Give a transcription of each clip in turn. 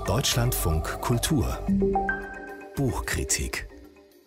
Deutschlandfunk Kultur Buchkritik.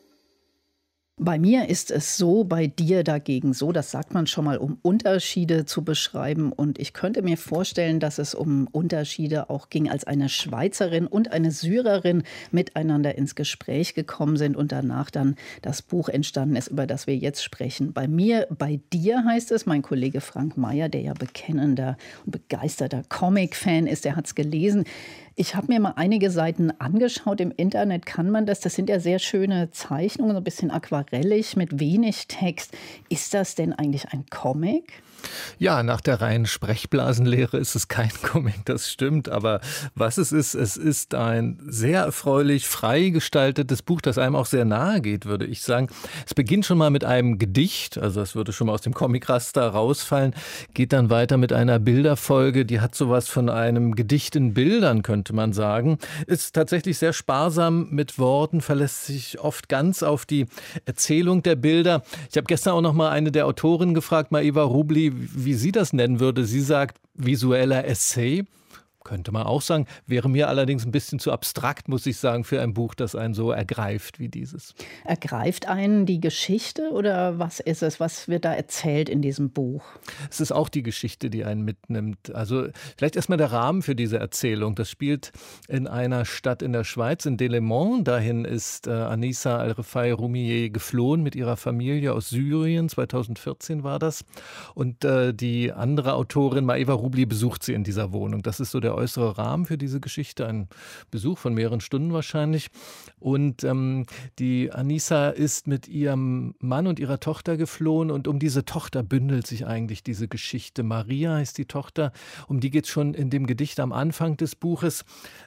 Bei mir ist es so, bei dir dagegen so. Das sagt man schon mal, um Unterschiede zu beschreiben. Und ich könnte mir vorstellen, dass es um Unterschiede auch ging, als eine Schweizerin und eine Syrerin miteinander ins Gespräch gekommen sind und danach dann das Buch entstanden ist, über das wir jetzt sprechen. Bei mir, bei dir heißt es, mein Kollege Frank Meyer, der ja bekennender und begeisterter Comic-Fan ist, der hat es gelesen. Ich habe mir mal einige Seiten angeschaut. Im Internet kann man das. Das sind ja sehr schöne Zeichnungen, so ein bisschen aquarellig mit wenig Text. Ist das denn eigentlich ein Comic? Ja, nach der reinen Sprechblasenlehre ist es kein Comic, das stimmt. Aber was es ist ein sehr erfreulich, frei gestaltetes Buch, das einem auch sehr nahe geht, würde ich sagen. Es beginnt schon mal mit einem Gedicht, also das würde schon mal aus dem Comicraster rausfallen, geht dann weiter mit einer Bilderfolge, die hat sowas von einem Gedicht in Bildern, könnte man sagen. Ist tatsächlich sehr sparsam mit Worten, verlässt sich oft ganz auf die Erzählung der Bilder. Ich habe gestern auch noch mal eine der Autorinnen gefragt, Maeva Rubli, wie sie das nennen würde. Sie sagt visueller Essay. Könnte man auch sagen, wäre mir allerdings ein bisschen zu abstrakt, muss ich sagen, für ein Buch, das einen so ergreift wie dieses. Ergreift einen die Geschichte oder was ist es? Was wird da erzählt in diesem Buch? Es ist auch die Geschichte, die einen mitnimmt. Also vielleicht erstmal der Rahmen für diese Erzählung. Das spielt in einer Stadt in der Schweiz, in Delémont. Dahin ist Anissa Al-Refai Roumieh geflohen mit ihrer Familie aus Syrien. 2014 war das. Und die andere Autorin, Maeva Rubli, besucht sie in dieser Wohnung. Das ist so der äußere Rahmen für diese Geschichte, ein Besuch von mehreren Stunden wahrscheinlich. Und die Anissa ist mit ihrem Mann und ihrer Tochter geflohen und um diese Tochter bündelt sich eigentlich diese Geschichte. Maria heißt die Tochter, um die geht es schon in dem Gedicht am Anfang des Buches.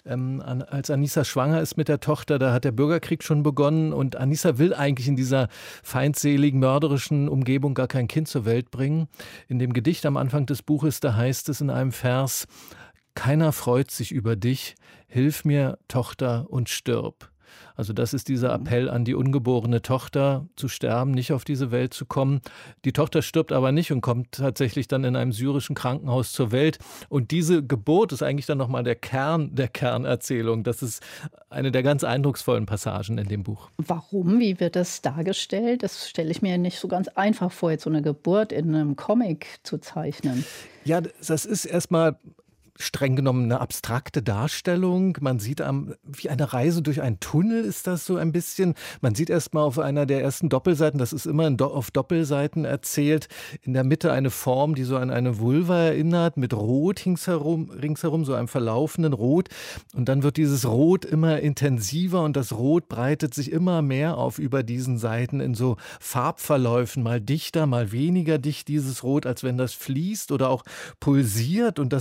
Als Anissa schwanger ist mit der Tochter, da hat der Bürgerkrieg schon begonnen und Anissa will eigentlich in dieser feindseligen, mörderischen Umgebung gar kein Kind zur Welt bringen. In dem Gedicht am Anfang des Buches, da heißt es in einem Vers: Keiner freut sich über dich, hilf mir, Tochter, und stirb. Also das ist dieser Appell an die ungeborene Tochter, zu sterben, nicht auf diese Welt zu kommen. Die Tochter stirbt aber nicht und kommt tatsächlich dann in einem syrischen Krankenhaus zur Welt. Und diese Geburt ist eigentlich dann nochmal der Kern der Kernerzählung. Das ist eine der ganz eindrucksvollen Passagen in dem Buch. Warum? Wie wird das dargestellt? Das stelle ich mir nicht so ganz einfach vor, jetzt so eine Geburt in einem Comic zu zeichnen. Ja, das ist erstmal streng genommen eine abstrakte Darstellung. Man sieht wie eine Reise durch einen Tunnel ist das so ein bisschen. Man sieht erst mal auf einer der ersten Doppelseiten, das ist immer auf Doppelseiten erzählt, in der Mitte eine Form, die so an eine Vulva erinnert, mit Rot ringsherum, so einem verlaufenden Rot. Und dann wird dieses Rot immer intensiver und das Rot breitet sich immer mehr auf über diesen Seiten in so Farbverläufen, mal dichter, mal weniger dicht, dieses Rot, als wenn das fließt oder auch pulsiert und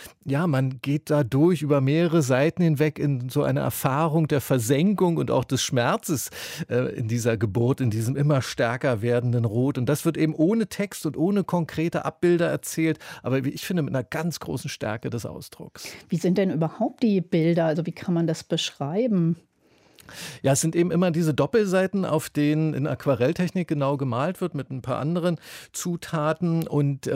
man geht da durch über mehrere Seiten hinweg in so eine Erfahrung der Versenkung und auch des Schmerzes in dieser Geburt, in diesem immer stärker werdenden Rot. Und das wird eben ohne Text und ohne konkrete Abbilder erzählt, aber wie ich finde, mit einer ganz großen Stärke des Ausdrucks. Wie sind denn überhaupt die Bilder? Also wie kann man das beschreiben? Ja, es sind eben immer diese Doppelseiten, auf denen in Aquarelltechnik genau gemalt wird mit ein paar anderen Zutaten und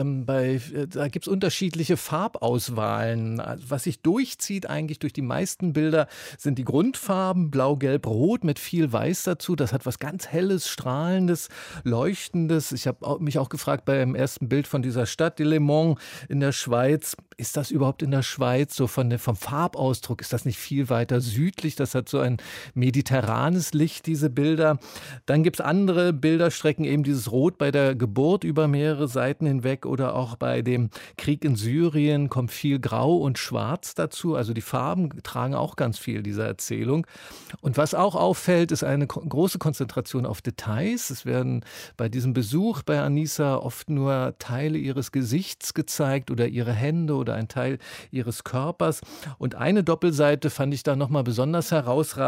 da gibt es unterschiedliche Farbauswahlen. Also, was sich durchzieht eigentlich durch die meisten Bilder sind die Grundfarben, blau, gelb, rot mit viel Weiß dazu. Das hat was ganz Helles, Strahlendes, Leuchtendes. Ich habe mich auch gefragt beim ersten Bild von dieser Stadt, Delémont in der Schweiz, ist das überhaupt in der Schweiz so vom Farbausdruck? Ist das nicht viel weiter südlich? Das hat so ein mediterranes Licht, diese Bilder. Dann gibt es andere Bilderstrecken, eben dieses Rot bei der Geburt über mehrere Seiten hinweg oder auch bei dem Krieg in Syrien kommt viel Grau und Schwarz dazu. Also die Farben tragen auch ganz viel dieser Erzählung. Und was auch auffällt, ist eine große Konzentration auf Details. Es werden bei diesem Besuch bei Anissa oft nur Teile ihres Gesichts gezeigt oder ihre Hände oder ein Teil ihres Körpers. Und eine Doppelseite fand ich da nochmal besonders herausragend.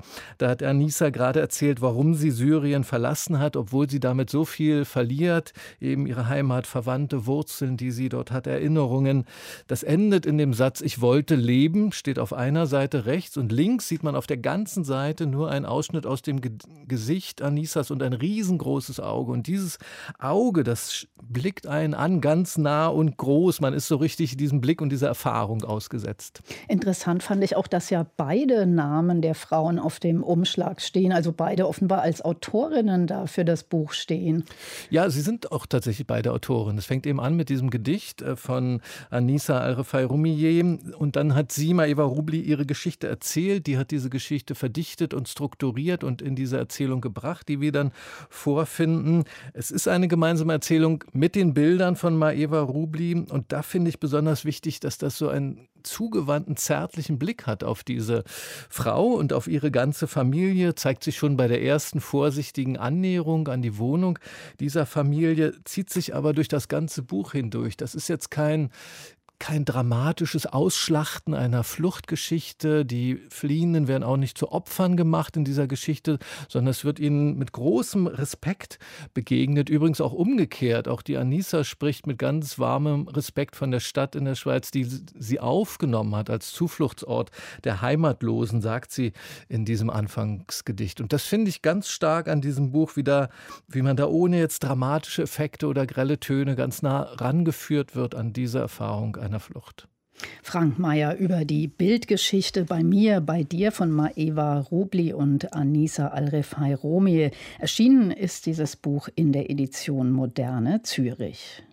Da hat Anissa gerade erzählt, warum sie Syrien verlassen hat, obwohl sie damit so viel verliert, eben ihre Heimat, Verwandte, Wurzeln, die sie dort hat, Erinnerungen. Das endet in dem Satz, ich wollte leben, steht auf einer Seite rechts und links sieht man auf der ganzen Seite nur einen Ausschnitt aus dem Gesicht Anissas und ein riesengroßes Auge. Und dieses Auge, das blickt einen an, ganz nah und groß. Man ist so richtig diesem Blick und dieser Erfahrung ausgesetzt. Interessant fand ich auch, dass ja beide Namen der Frauen auf dem Umschlag stehen, also beide offenbar als Autorinnen da für das Buch stehen. Ja, sie sind auch tatsächlich beide Autorinnen. Es fängt eben an mit diesem Gedicht von Anissa al-Refai-Rumiyyeh und dann hat Sima Eva Rubli ihre Geschichte erzählt. Die hat diese Geschichte verdichtet und strukturiert und in diese Erzählung gebracht, die wir dann vorfinden. Es ist eine gemeinsame Erzählung mit den Bildern von Maeva Rubli und da finde ich besonders wichtig, dass das so einen zugewandten, zärtlichen Blick hat auf diese Frau und auf ihre ganze Familie, zeigt sich schon bei der ersten vorsichtigen Annäherung an die Wohnung dieser Familie, zieht sich aber durch das ganze Buch hindurch. Das ist jetzt kein dramatisches Ausschlachten einer Fluchtgeschichte. Die Fliehenden werden auch nicht zu Opfern gemacht in dieser Geschichte, sondern es wird ihnen mit großem Respekt begegnet. Übrigens auch umgekehrt. Auch die Anissa spricht mit ganz warmem Respekt von der Stadt in der Schweiz, die sie aufgenommen hat als Zufluchtsort der Heimatlosen, sagt sie in diesem Anfangsgedicht. Und das finde ich ganz stark an diesem Buch wieder, wie man da ohne jetzt dramatische Effekte oder grelle Töne ganz nah rangeführt wird an diese Erfahrung einer Flucht. Frank Meyer über die Bildgeschichte bei mir, bei dir von Maeva Rubli und Anissa al-Refai-Rumiyyeh. Erschienen ist dieses Buch in der Edition Moderne Zürich.